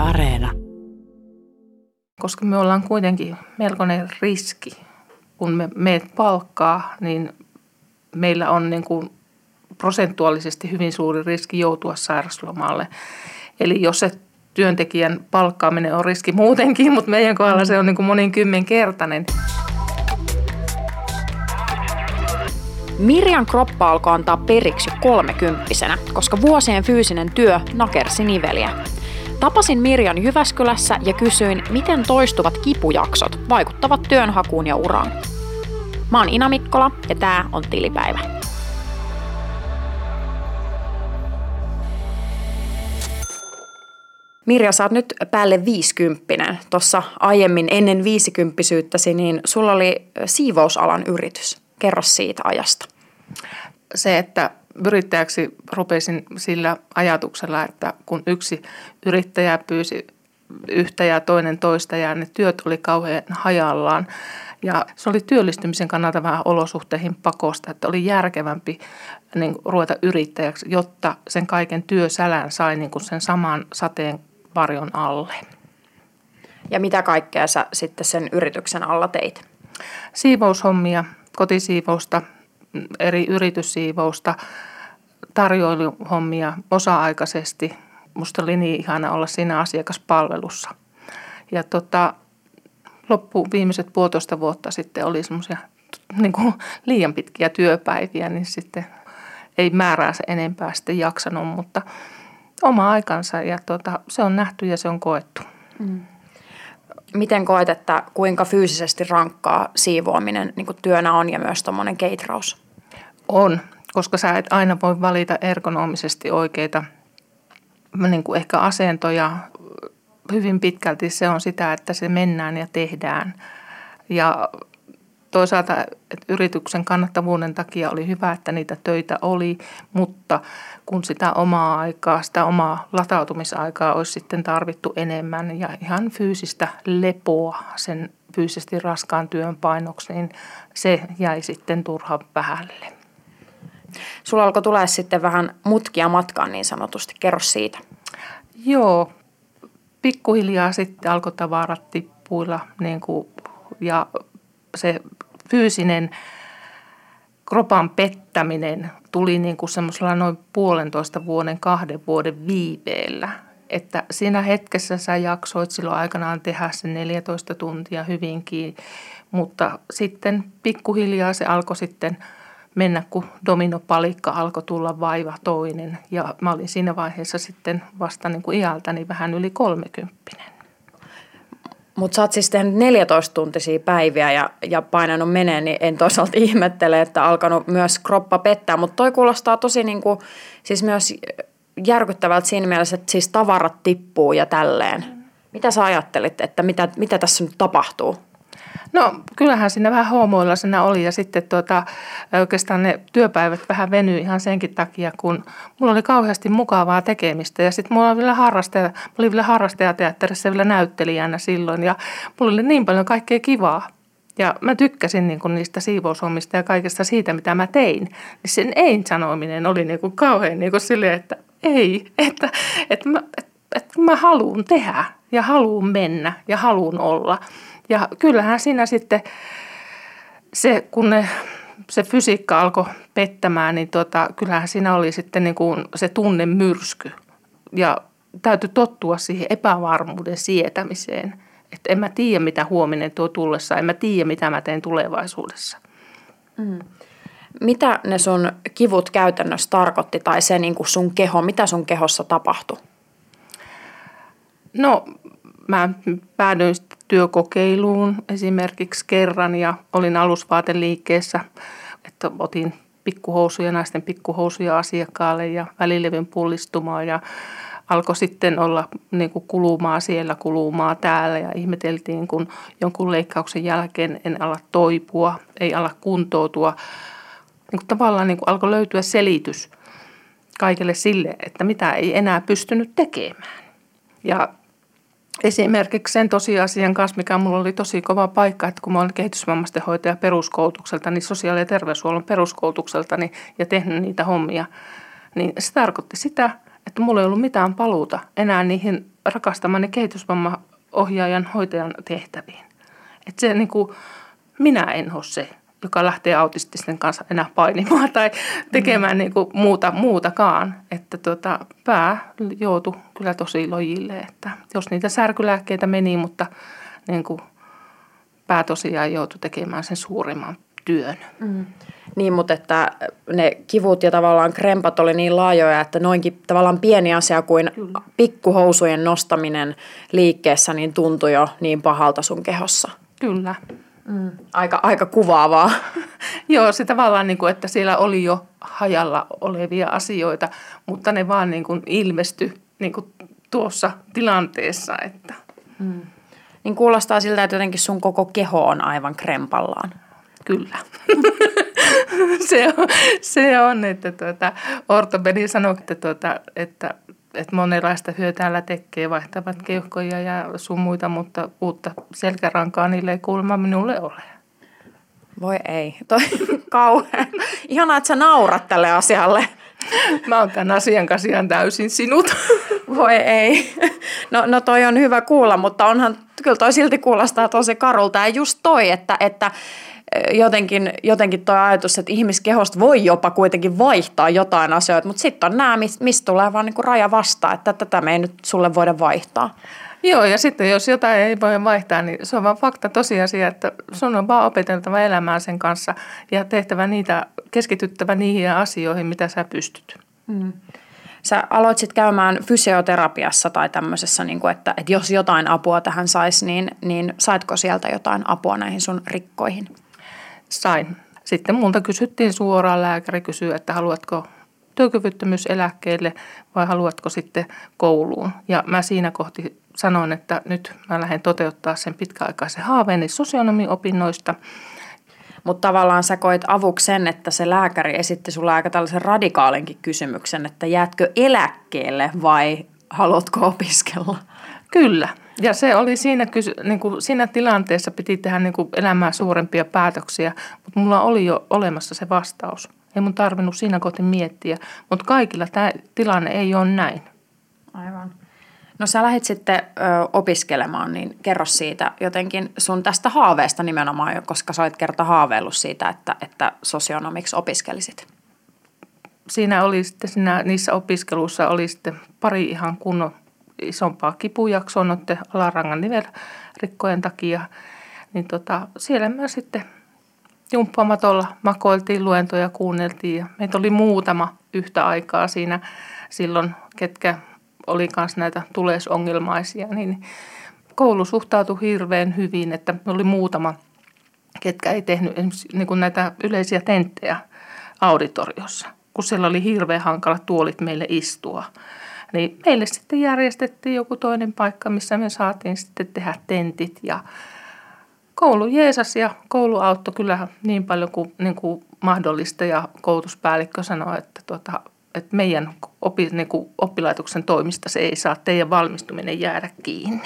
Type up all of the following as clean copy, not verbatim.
Areena. Koska me ollaan kuitenkin melkoinen riski, kun me meet palkkaa, niin meillä on niin kuin prosentuaalisesti hyvin suuri riski joutua sairauslomalle. Eli jos se työntekijän palkkaaminen on riski muutenkin, mutta meidän kohdalla se on niin kuin monikymmenkertainen. Mirjan kroppa alkoi antaa periksi jo 30-vuotiaana, koska vuosien fyysinen työ nakersi niveliä. Tapasin Mirjan Jyväskylässä ja kysyin, miten toistuvat kipujaksot vaikuttavat työnhakuun ja uraan. Mä oon Ina Mikkola ja tää on Tilipäivä. Mirja, sä oot nyt päälle 50. Tuossa aiemmin ennen 50-syyttäsi, niin sulla oli siivousalan yritys. Kerro siitä ajasta. Se, että yrittäjäksi rupesin sillä ajatuksella, että kun yksi yrittäjä pyysi yhtä ja toinen toista ja ne työt oli kauhean hajallaan. Ja se oli työllistymisen kannalta vähän olosuhteihin pakosta, että oli järkevämpi niin ruveta yrittäjäksi, jotta sen kaiken työsälän sai niin kuin sen saman sateenvarjon alle. Ja mitä kaikkea sä sitten sen yrityksen alla teit? Siivoushommia, kotisiivousta, eri yrityssiivousta, tarjoiluhommia osa-aikaisesti. Musta oli niin ihana olla siinä asiakaspalvelussa. Ja viimeiset 1,5 vuotta sitten oli semmoisia niin kuin liian pitkiä työpäiviä, niin sitten ei määrää se enempää sitten jaksanut, mutta oma aikansa ja se on nähty ja se on koettu. Miten koet, että kuinka fyysisesti rankkaa siivoaminen niin kuin työnä on ja myös tuommoinen keitraus? On, koska sä et aina voi valita ergonomisesti oikeita niin kuin ehkä asentoja. Hyvin pitkälti se on sitä, että se mennään ja tehdään. Ja toisaalta että yrityksen kannattavuuden takia oli hyvä, että niitä töitä oli, mutta kun sitä omaa aikaa, sitä omaa latautumisaikaa olisi sitten tarvittu enemmän ja ihan fyysistä lepoa sen fyysisesti raskaan työn painoksi, niin se jäi sitten turhan vähälle. Sulla alkoi tulla sitten vähän mutkia matkaan niin sanotusti. Kerro siitä. Joo, pikkuhiljaa sitten alkoi tavarat tippuilla niin kuin, ja se fyysinen kropan pettäminen tuli niin kuin semmoisella noin 1,5 vuoden, 2 vuoden viiveellä. Että siinä hetkessä sä jaksoit silloin aikanaan tehdä sen 14 tuntia hyvinkin, mutta sitten pikkuhiljaa se alkoi sitten mennä, kun dominopalikka alkoi tulla vaiva toinen. Ja mä olin siinä vaiheessa sitten vasta niin kuin iältäni vähän yli 30. Mutta sä oot siis tehnyt 14-tuntisia päiviä ja painanut menee, niin en toisaalta ihmettele, että alkanut myös kroppa pettää. Mutta toi kuulostaa tosi niinku, siis myös järkyttävältä siinä mielessä, että siis tavarat tippuu ja tälleen. Mitä sä ajattelit, että mitä tässä nyt tapahtuu? No kyllähän siinä vähän hoomoilla oli ja sitten oikeastaan ne työpäivät vähän venyi ihan senkin takia, kun mulla oli kauheasti mukavaa tekemistä ja sitten mulla oli vielä harrastajateatterissa vielä näyttelijänä silloin ja mulla oli niin paljon kaikkea kivaa. Ja mä tykkäsin niin kuin niistä siivoushommista ja kaikesta siitä, mitä mä tein. Niin sen ei-sanominen oli niin kuin kauhean niin kuin silleen, että ei, että mä haluun tehdä ja haluun mennä ja haluun olla. Ja kyllähän siinä sitten kun se fysiikka alkoi pettämään, niin kyllähän siinä oli sitten niin kuin se tunnemyrsky. Ja täytyy tottua siihen epävarmuuden sietämiseen. Että en mä tiedä, mitä huominen tuo tullessa, en mä tiedä, mitä mä teen tulevaisuudessa. Mitä ne sun kivut käytännössä tarkoitti tai se niin kuin sun keho, mitä sun kehossa tapahtui? No mä päädyin työkokeiluun esimerkiksi kerran ja olin alusvaateliikkeessä, että otin pikkuhousuja, naisten pikkuhousuja asiakkaalle ja välilevyn pullistumaa ja alkoi sitten olla niin kuin kulumaa siellä, kulumaa täällä ja ihmeteltiin, kun jonkun leikkauksen jälkeen en ala toipua, ei ala kuntoutua. Niin kuin tavallaan niin kuin alkoi löytyä selitys kaikelle sille, että mitä ei enää pystynyt tekemään. Ja esimerkiksi sen tosiasian kanssa, mikä mulla oli tosi kova paikka, että kun mä olen kehitysvammaisten hoitaja peruskoulutukselta, niin sosiaali- ja terveyshuollon peruskoulutukselta ja tehnyt niitä hommia, niin se tarkoitti sitä, että mulla ei ollut mitään paluuta enää niihin rakastamani kehitysvammaohjaajan hoitajan tehtäviin. Että se niin kuin, minä en ole se, joka lähtee autististen kanssa enää painimaan tai tekemään niin kuin muutakaan. Että pää joutui kyllä tosi lojille, että jos niitä särkylääkkeitä meni, mutta niin kuin pää tosiaan joutui tekemään sen suurimman työn. Niin, mutta että ne kivut ja tavallaan krempat oli niin laajoja, että noinkin tavallaan pieni asia kuin pikkuhousujen nostaminen liikkeessä niin tuntui jo niin pahalta sun kehossa. Kyllä. Aika kuvaavaa. Joo, se tavallaan, niin kuin, että siellä oli jo hajalla olevia asioita, mutta ne vaan niin kuin ilmestyi niin kuin tuossa tilanteessa. Että. Niin kuulostaa siltä, että jotenkin sun koko keho on aivan krempallaan. Kyllä. se on, että ortopedi sanoo, että monenlaista hyötäällä tekee, vaihtavat keuhkoja ja sun muita, mutta uutta selkärankaa niille ei kuulemma minulle ole. Voi ei, toi kauhean. Ihanaa, että sä naurat tälle asialle. Mä oon tämän asian kanssa ihan täysin sinut. Voi ei. No toi on hyvä kuulla, mutta onhan, kyllä toi silti kuulostaa tosi karulta. Ja just toi, että jotenkin toi ajatus, että ihmiskehosta voi jopa kuitenkin vaihtaa jotain asioita, mutta sitten on nämä, mistä tulee vaan niinku raja vastaan, että tätä me ei nyt sulle voida vaihtaa. Joo, ja sitten jos jotain ei voi vaihtaa, niin se on vaan fakta tosiasia, että sun on vaan opeteltava elämään sen kanssa ja tehtävä keskityttävä niihin asioihin, mitä sä pystyt. Sä aloit sitten käymään fysioterapiassa tai tämmöisessä, niin kuin, että jos jotain apua tähän saisi, niin saitko sieltä jotain apua näihin sun rikkoihin? Sain. Sitten multa kysyttiin suoraan, lääkäri kysyi, että haluatko työkyvyttömyyseläkkeelle vai haluatko sitten kouluun. Ja mä siinä kohti sanoin, että nyt mä lähden toteuttaa sen pitkäaikaisen haaveeni sosionomiopinnoista. Mutta tavallaan sä koit avuksi sen, että se lääkäri esitti sulle aika tällaisen radikaalinkin kysymyksen, että jäätkö eläkkeelle vai haluatko opiskella? Kyllä. Ja se oli siinä tilanteessa piti tehdä elämää suurempia päätöksiä, mutta mulla oli jo olemassa se vastaus. Ei mun tarvinnut siinä kohti miettiä, mutta kaikilla tämä tilanne ei ole näin. Aivan. No sä lähdit sitten opiskelemaan, niin kerro siitä jotenkin sun tästä haaveesta nimenomaan, koska sä olit kerta haaveillut siitä, että sosionomiksi opiskelisit. Siinä oli sitten niissä opiskeluissa oli sitten pari ihan kunnon isompaa kipujaksoa noiden alarangan nivelrikkojen takia. Niin siellä me sitten jumppaamatolla makoiltiin, luentoja kuunneltiin ja meitä oli muutama yhtä aikaa siinä silloin, ketkä oli myös näitä tulesongelmaisia, niin koulu suhtautui hirveän hyvin, että oli muutama, ketkä ei tehnyt niin kuin näitä yleisiä tenttejä auditoriossa, kun siellä oli hirveän hankalat tuolit meille istua. Niin meille sitten järjestettiin joku toinen paikka, missä me saatiin sitten tehdä tentit ja koulu jeesasi ja koulu auttoi kyllä niin paljon kuin mahdollista ja koulutuspäällikkö sanoi, että meidän oppilaitoksen toimista se ei saa teidän valmistuminen jäädä kiinni.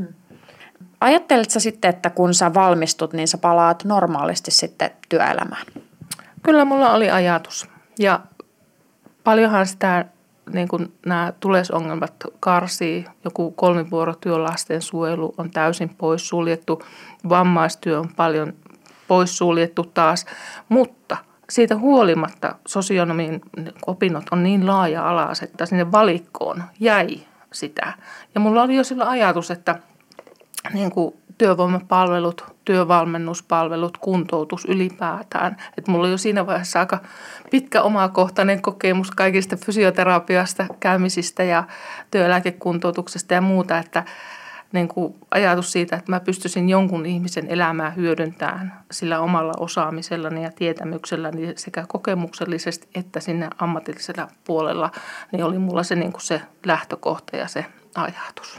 Ajatteletko sitten, että kun sä valmistut, niin sä palaat normaalisti sitten työelämään? Kyllä mulla oli ajatus ja paljonhan sitä niin kuin nämä tulesongelmat karsii, joku kolmivuorotyö, lastensuojelu on täysin poissuljettu, vammaistyö on paljon poissuljettu taas, mutta siitä huolimatta sosionomin opinnot on niin laaja-alaiset, että sinne valikkoon jäi sitä. Ja mulla oli jo sillä ajatus, että niin kuin työvoimapalvelut, työvalmennuspalvelut, kuntoutus ylipäätään. Että mulla oli jo siinä vaiheessa aika pitkä omakohtainen kokemus kaikista fysioterapiasta, käymisistä ja työeläkekuntoutuksesta ja muuta, että niin kuin ajatus siitä, että mä pystyisin jonkun ihmisen elämää hyödyntämään sillä omalla osaamisellani ja tietämykselläni sekä kokemuksellisesti että sinne ammatillisella puolella, niin oli mulla se, niin kuin se lähtökohta ja se ajatus.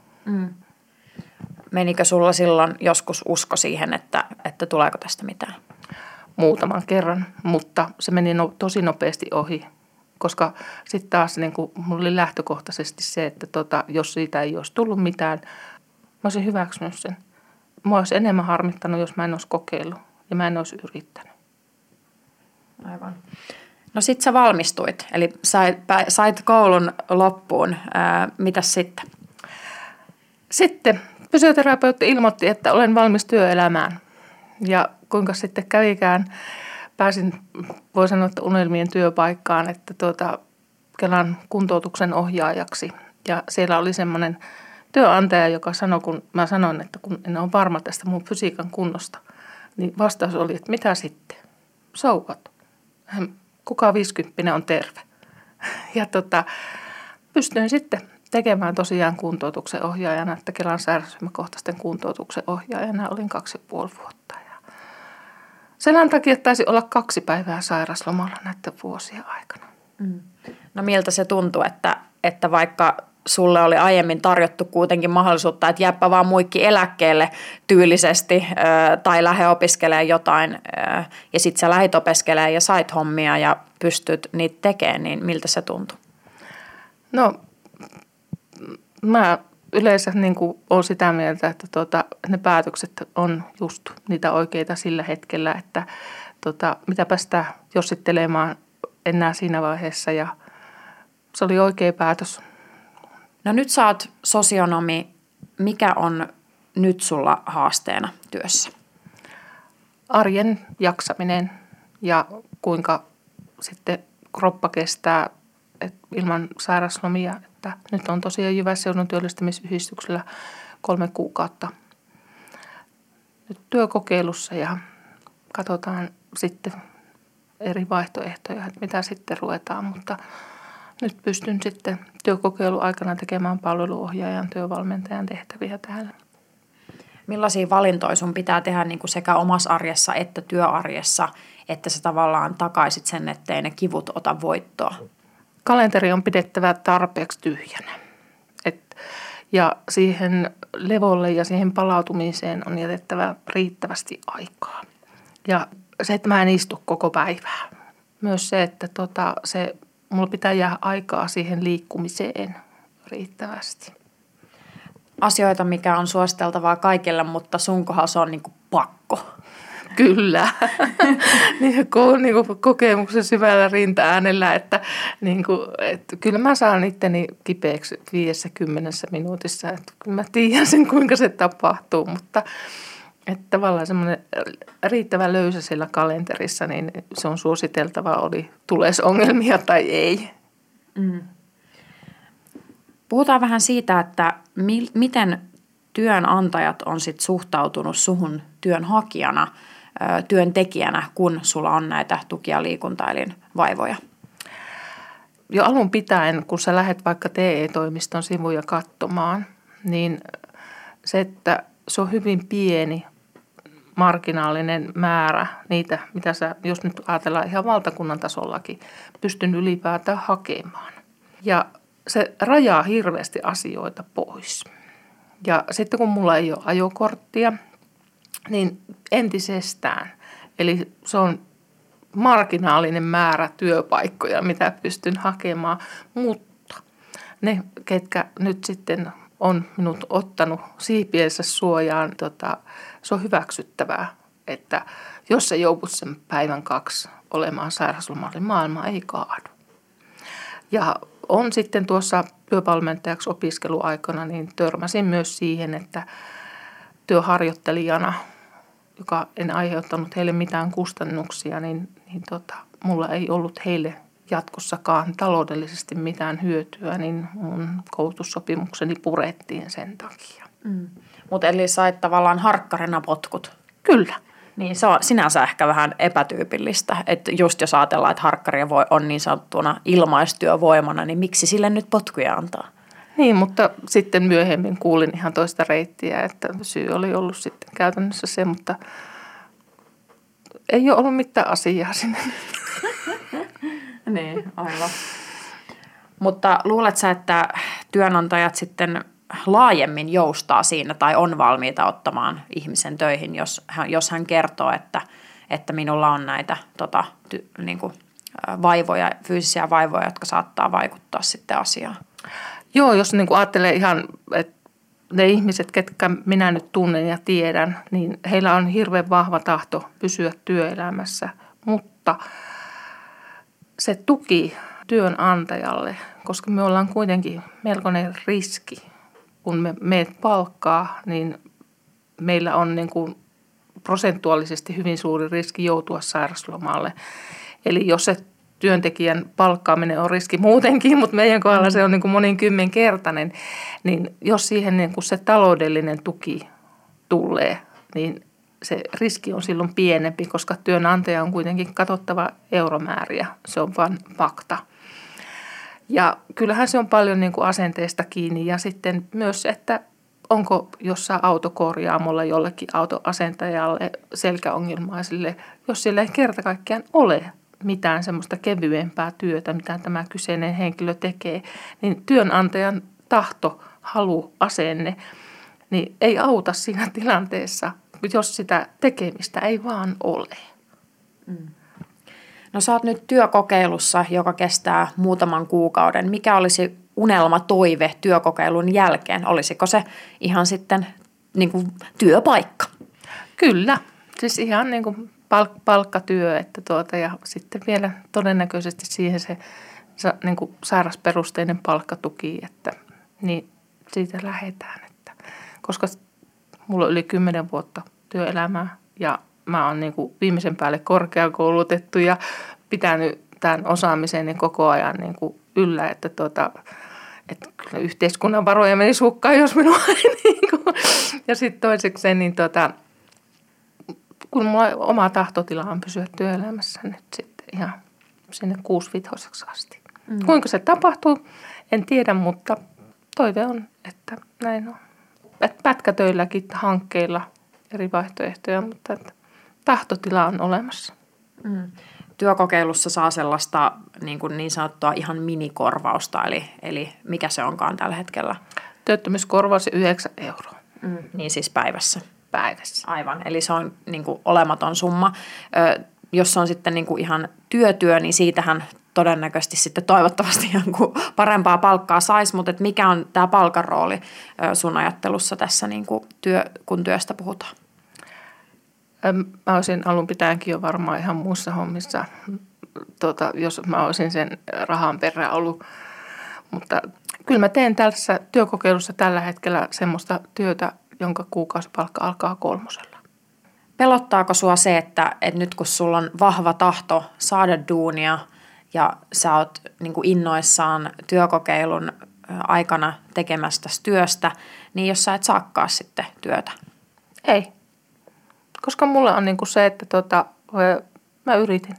Menikö sulla silloin joskus usko siihen, että tuleeko tästä mitään? Muutaman kerran, mutta se meni tosi nopeasti ohi, koska sitten taas niin kuin, mulla oli lähtökohtaisesti se, että jos siitä ei olisi tullut mitään, mä olisin hyväksynyt sen. Mua olisi enemmän harmittanut, jos mä en olisi kokeillut ja mä en olisi yrittänyt. Aivan. No sit sä valmistuit, eli sait koulun loppuun. Mitäs sitten? Sitten fysioterapeutti ilmoitti, että olen valmis työelämään. Ja kuinka sitten kävikään, pääsin, voi sanoa, että unelmien työpaikkaan, että Kelan kuntoutuksen ohjaajaksi. Ja siellä oli semmoinen työnantaja, joka sanoi, kun mä sanoin, että kun en ole varma tästä mun fysiikan kunnosta, niin vastaus oli, että mitä sitten? So what? Kuka 50 on terve? Ja pystyin sitten tekemään tosiaan kuntoutuksen ohjaajana, että Kelan sairausryhmäkohtaisten kuntoutuksen ohjaajana olin 2,5 vuotta. Ja sen takia taisi olla 2 päivää sairaslomalla näiden vuosien aikana. No miltä se tuntui, että vaikka sulle oli aiemmin tarjottu kuitenkin mahdollisuutta, että jääpä vaan muikki eläkkeelle tyylisesti tai lähde opiskelemaan jotain ja sitten sä lähdit opiskelemaan ja sait hommia ja pystyt niitä tekemään, niin miltä se tuntui? No mä yleensä niin kuin olen sitä mieltä, että ne päätökset on just niitä oikeita sillä hetkellä, että mitäpä sitä jossittelemaan enää siinä vaiheessa ja se oli oikea päätös. No nyt sä oot sosionomi. Mikä on nyt sulla haasteena työssä? Arjen jaksaminen ja kuinka sitten kroppa kestää ilman sairaslomia. Että nyt on tosiaan Jyvässeudun työllistämisyhdistyksellä 3 kuukautta nyt työkokeilussa ja katsotaan sitten eri vaihtoehtoja, että mitä sitten ruvetaan, mutta nyt pystyn sitten työkokeilun aikana tekemään palveluohjaajan, työvalmentajan tehtäviä täällä. Millaisia valintoja sun pitää tehdä niin kuin sekä omassa arjessa että työarjessa, että sä tavallaan takaisit sen, ettei ne kivut ota voittoa? Kalenteri on pidettävä tarpeeksi tyhjänä. Ja siihen levolle ja siihen palautumiseen on jätettävä riittävästi aikaa. Ja se, että mä en istu koko päivää. Myös se, että mulla pitää jäädä aikaa siihen liikkumiseen riittävästi. Asioita, mikä on suositeltavaa kaikille, mutta sun kohdalla se on niin kuin pakko. Kyllä. niin kokemuksen syvällä rinta-äänellä, että kyllä mä saan itteni kipeäksi 50 minuutissa. Että kyllä mä tiedän sen, kuinka se tapahtuu, mutta että tavallaan semmoinen riittävän löysä siellä kalenterissa, niin se on suositeltava, oli tules ongelmia tai ei. Puhutaan vähän siitä, että miten työnantajat on sit suhtautunut suhun työnhakijana, työntekijänä, kun sulla on näitä tuki- ja liikuntaelinvaivoja? Jo alun pitäen, kun sä lähdet vaikka TE-toimiston sivuja katsomaan, niin se, että se on hyvin pieni marginaalinen määrä niitä, mitä sä, jos nyt ajatellaan ihan valtakunnan tasollakin, pystyn ylipäätään hakemaan. Ja se rajaa hirveästi asioita pois. Ja sitten kun mulla ei ole ajokorttia, niin entisestään. Eli se on marginaalinen määrä työpaikkoja, mitä pystyn hakemaan, mutta ne, ketkä nyt sitten on minut ottanut siipiensä suojaan, se on hyväksyttävää, että jos se joudut sen päivän 2 olemaan sairauslomalla, niin maailma ei kaadu. Ja on sitten tuossa työvalmentajaksi opiskeluaikana, niin törmäsin myös siihen, että työharjoittelijana, joka en aiheuttanut heille mitään kustannuksia, niin mulla ei ollut heille jatkossakaan taloudellisesti mitään hyötyä, niin mun koulutussopimukseni purettiin sen takia. Mutta eli sait tavallaan harkkarina potkut? Kyllä. Niin se on sinänsä ehkä vähän epätyypillistä, että just jos ajatellaan, että harkkari on niin sanottuna ilmaistyövoimana, niin miksi sille nyt potkuja antaa? Niin, mutta sitten myöhemmin kuulin ihan toista reittiä, että syy oli ollut sitten käytännössä se, mutta ei ole ollut mitään asiaa sinne. Niin, aivan. Mutta luuletko sä, että työnantajat sitten laajemmin joustaa siinä tai on valmiita ottamaan ihmisen töihin, jos hän kertoo, että minulla on näitä vaivoja, fyysisiä vaivoja, jotka saattaa vaikuttaa sitten asiaan? Joo, jos niin kuin ajattelee ihan, että ne ihmiset, ketkä minä nyt tunnen ja tiedän, niin heillä on hirveän vahva tahto pysyä työelämässä, mutta se tuki työnantajalle, koska me ollaan kuitenkin melkoinen riski. Kun me meet palkkaa, niin meillä on niin kuin prosentuaalisesti hyvin suuri riski joutua sairauslomalle. Eli jos se työntekijän palkkaaminen on riski muutenkin, mutta meidän kohdalla se on niin kuin monikymmenkertainen, niin jos siihen niin kuin se taloudellinen tuki tulee, niin se riski on silloin pienempi, koska työnantaja on kuitenkin katsottava euromääriä. Se on vain fakta. Ja kyllähän se on paljon niin kuin asenteesta kiinni ja sitten myös, että onko jossain autokorjaamolla jollekin autoasentajalle selkäongelmaisille, jos sillä ei kerta kaikkiaan ole mitään semmoista kevyempää työtä, mitä tämä kyseinen henkilö tekee, niin työnantajan tahto, halu, asenne, niin ei auta siinä tilanteessa, jos sitä tekemistä ei vaan ole. No sä oot nyt työkokeilussa, joka kestää muutaman kuukauden. Mikä olisi unelma, toive työkokeilun jälkeen? Olisiko se ihan sitten niin kuin työpaikka? Kyllä, siis ihan niin kuin palkkatyö että ja sitten vielä todennäköisesti siihen se niin kuin sairasperusteinen palkkatuki, että niin siitä lähdetään. Että, koska mulla on yli 10 vuotta työelämää ja mä oon niin kuin viimeisen päälle korkeakoulutettu ja pitänyt tämän osaamiseni koko ajan niin kuin yllä, että että yhteiskunnan varoja meni hukkaan, jos minua ei niin kuin. Ja sitten toiseksi niin kun mulla oma tahtotila on pysyä työelämässä nyt sitten ihan sinne 6-5 asti. Kuinka se tapahtuu, en tiedä, mutta toive on, että näin on. Pätkätöilläkin hankkeilla eri vaihtoehtoja, mutta tahtotila on olemassa. Työkokeilussa saa sellaista niin sanottua ihan minikorvausta, eli mikä se onkaan tällä hetkellä? Työttömyyskorvaus 9 €. Niin siis päivässä. Päivässä. Aivan, eli se on niin kuin olematon summa. Jos se on sitten niin kuin ihan työtyö, niin siitähän todennäköisesti sitten toivottavasti jonkun parempaa palkkaa saisi, mutta mikä on tämä palkan rooli sun ajattelussa tässä, niin kuin kun työstä puhutaan? Mä olisin alun pitäenkin jo varmaan ihan muissa hommissa, jos mä olisin sen rahan perään ollut. Mutta kyllä mä teen tässä työkokeilussa tällä hetkellä semmoista työtä, jonka kuukausipalkka alkaa 3. Pelottaako sua se, että nyt kun sulla on vahva tahto saada duunia ja sä oot niin kuin innoissaan työkokeilun aikana tekemästä työstä, niin jos sä et saakaan sitten työtä? Ei. Koska mulla on niin kuin se, että mä yritin.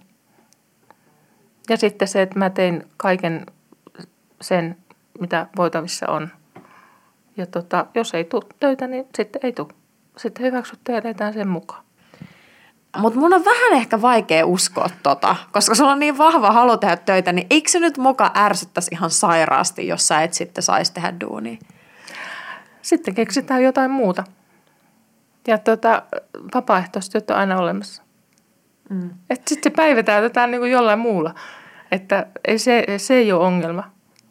Ja sitten se, että mä tein kaiken sen, mitä voitavissa on. Ja jos ei tule töitä, niin sitten ei tule. Sitten hyväksyttä ja edetään sen mukaan. Mutta mun on vähän ehkä vaikea uskoa koska sulla on niin vahva halu tehdä töitä, niin eikö se nyt muka ärsyttäisi ihan sairaasti, jos sä et sitten saisi tehdä duunia? Sitten keksitään jotain muuta. Ja vapaaehtoistyöt on aina olemassa. Että sitten se päivä täytetään niin kuin jollain muulla. Että se ei ole ongelma.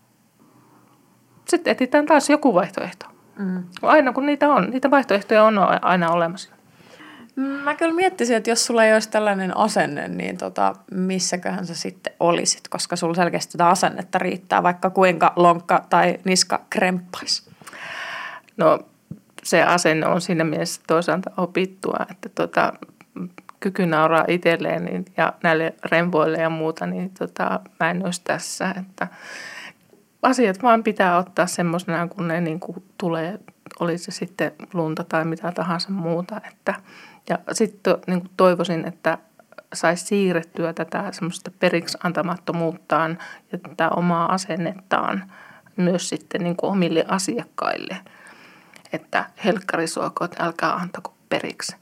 Sitten etsitään taas joku vaihtoehto. Aina kun niitä on, niitä vaihtoehtoja on aina olemassa. Mä kyllä miettisin, että jos sulla ei olisi tällainen asenne, niin missäköhän sä sitten olisit, koska sulla selkeästi tätä asennetta riittää, vaikka kuinka lonkka tai niska kremppaisi. No se asenne on siinä mielessä toisaalta opittua, että kyky nauraa itselleen niin, ja näille remvoille ja muuta, niin mä en olisi tässä, että asiat vaan pitää ottaa semmoisena, kun ne niin kuin tulee, oli se sitten lunta tai mitä tahansa muuta. Ja sitten niin kuin toivoisin, että saisi siirrettyä tätä semmoista periksi antamattomuuttaan ja tätä omaa asennettaan myös sitten niin kuin omille asiakkaille. Että helkkari suokoot, älkää antako periksi.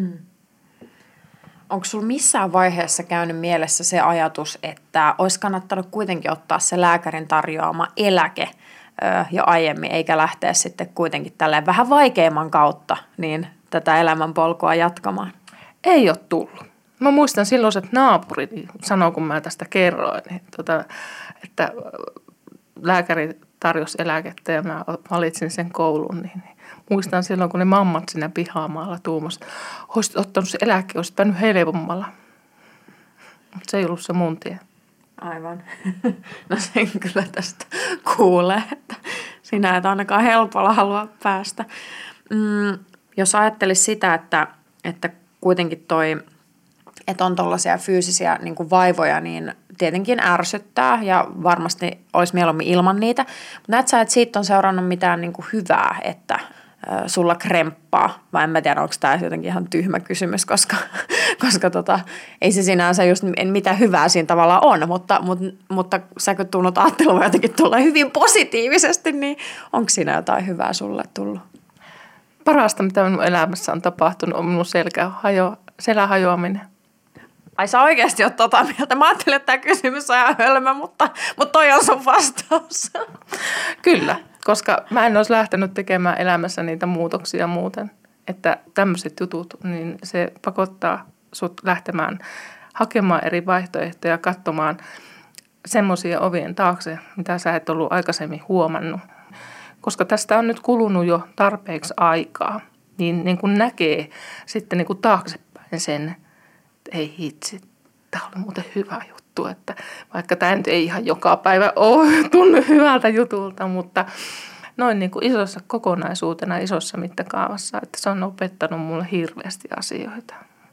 Onko sinulla missään vaiheessa käynyt mielessä se ajatus, että olisi kannattanut kuitenkin ottaa se lääkärin tarjoama eläke jo aiemmin, eikä lähteä sitten kuitenkin tälleen vähän vaikeamman kautta niin tätä elämänpolkua jatkamaan? Ei ole tullut. Mä muistan silloiset naapurit sanoi, kun mä tästä kerroin, että lääkäri tarjosi eläkettä ja mä valitsin sen koulun, niin muistan silloin, kun ne mammat siinä pihamaalla tuumassa, olisit ottanut se eläke, olisit päänyt helpommalla. Mutta se ei ollut se mun tie. Aivan. No sen kyllä tästä kuulee, että sinä et ainakaan helpolla halua päästä. Jos ajattelisi sitä, että kuitenkin että on tuollaisia fyysisiä niin kuin vaivoja, niin tietenkin ärsyttää ja varmasti olisi mieluummin ilman niitä. Mutta näet sä, että siitä on seurannut mitään niin kuin hyvää, että sulla kremppaa? Vai en mä tiedä, onko tämä jotenkin ihan tyhmä kysymys, koska ei se sinänsä just mitä hyvää siinä tavallaan on, mutta sä kun tunnut ajattelemaan jotenkin tulee hyvin positiivisesti, niin onko siinä jotain hyvää sulle tullut? Parasta, mitä minun elämässä on tapahtunut, on minun selän hajoaminen. Ai sä oikeasti oot tota mieltä? Mä ajattelin, että tämä kysymys on ihan hölmö, mutta toi on sun vastaus. Kyllä, koska mä en olisi lähtenyt tekemään elämässä niitä muutoksia muuten. Että tämmöiset jutut, niin se pakottaa sut lähtemään hakemaan eri vaihtoehtoja, katsomaan semmoisia ovien taakse, mitä sä et ollut aikaisemmin huomannut. Koska tästä on nyt kulunut jo tarpeeksi aikaa, niin kun näkee sitten niin kuin taaksepäin sen, että ei hitsi, tämä oli muuten hyvä juttu, että vaikka tämä nyt ei ihan joka päivä ole tunnu hyvältä jutulta, mutta noin niin kuin isossa kokonaisuutena, isossa mittakaavassa, että se on opettanut mulle hirveästi asioita.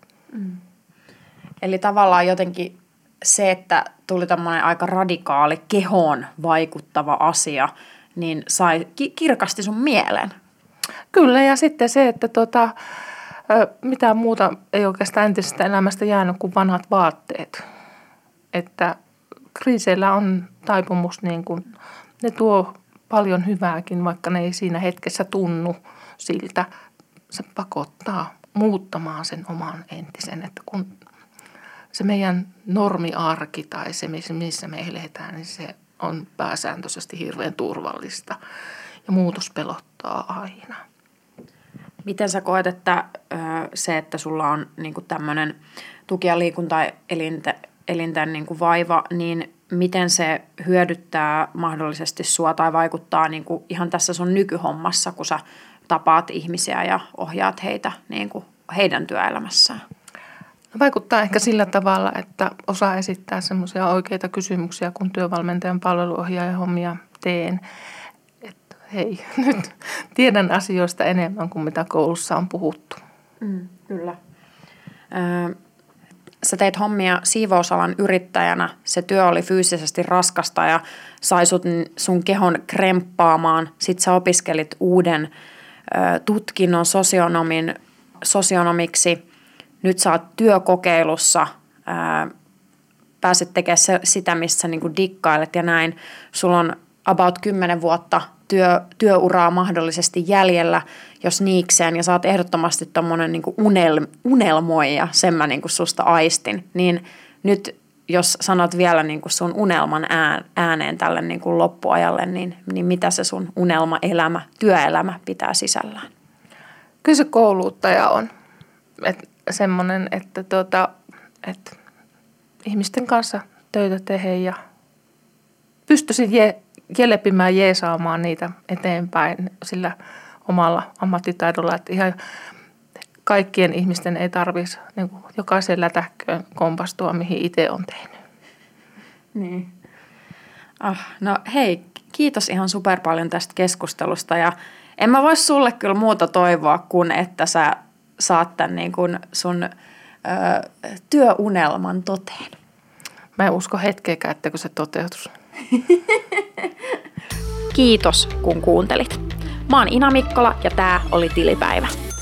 Eli tavallaan jotenkin se, että tuli tämmöinen aika radikaali kehoon vaikuttava asia, niin kirkasti sun mielen. Kyllä, ja sitten se, että mitään muuta ei oikeastaan entisestä elämästä jäänyt kuin vanhat vaatteet. Että kriiseillä on taipumus, niin kuin, ne tuo paljon hyvääkin, vaikka ne ei siinä hetkessä tunnu siltä. Se pakottaa muuttamaan sen oman entisen, että kun se meidän normiarki tai se, missä me eletään, niin se on pääsääntöisesti hirveän turvallista ja muutos pelottaa aina. Miten sä koet, että se, että sulla on niinku tämmöinen tuki- ja liikuntaelinten niinku vaiva, niin miten se hyödyttää mahdollisesti sua tai vaikuttaa niinku ihan tässä sun nykyhommassa, kun sä tapaat ihmisiä ja ohjaat heitä niinku heidän työelämässään? Vaikuttaa ehkä sillä tavalla, että osaa esittää semmoisia oikeita kysymyksiä, kun työvalmentajan palveluohjaajan hommia teen. Että hei, nyt tiedän asioista enemmän kuin mitä koulussa on puhuttu. Kyllä. Sä teit hommia siivousalan yrittäjänä. Se työ oli fyysisesti raskasta ja sai sun kehon kremppaamaan. Sitten sä opiskelit uuden tutkinnon sosionomiksi. Nyt sä oot työkokeilussa, pääset tekemään sitä, missä niinku dikkailet ja näin. Sulla on about 10 vuotta työuraa mahdollisesti jäljellä, jos niikseen, ja sä oot ehdottomasti tommonen niinku unelmoija, sen mä niinku susta aistin. Niin nyt, jos sanot vielä niinku sun unelman ääneen tälle niinku loppuajalle, niin mitä se sun unelmaelämä, työelämä pitää sisällään? Kyllä se kouluttaja on. Semmoinen, että ihmisten kanssa töitä tehdä ja pystyisin jelepimään, jeesaamaan niitä eteenpäin sillä omalla ammattitaidolla. Että ihan kaikkien ihmisten ei tarvitsisi niin jokaisen lätäkköön kompastua, mihin itse on tehnyt. Niin. No hei, kiitos ihan super paljon tästä keskustelusta ja en mä vois sulle kyllä muuta toivoa kuin, että sä saat tämän niin kuin sun työunelman toteen. Mä en usko hetkeäkään, että se toteutus. Kiitos, kun kuuntelit. Mä oon Ina Mikkola ja tää oli Tilipäivä.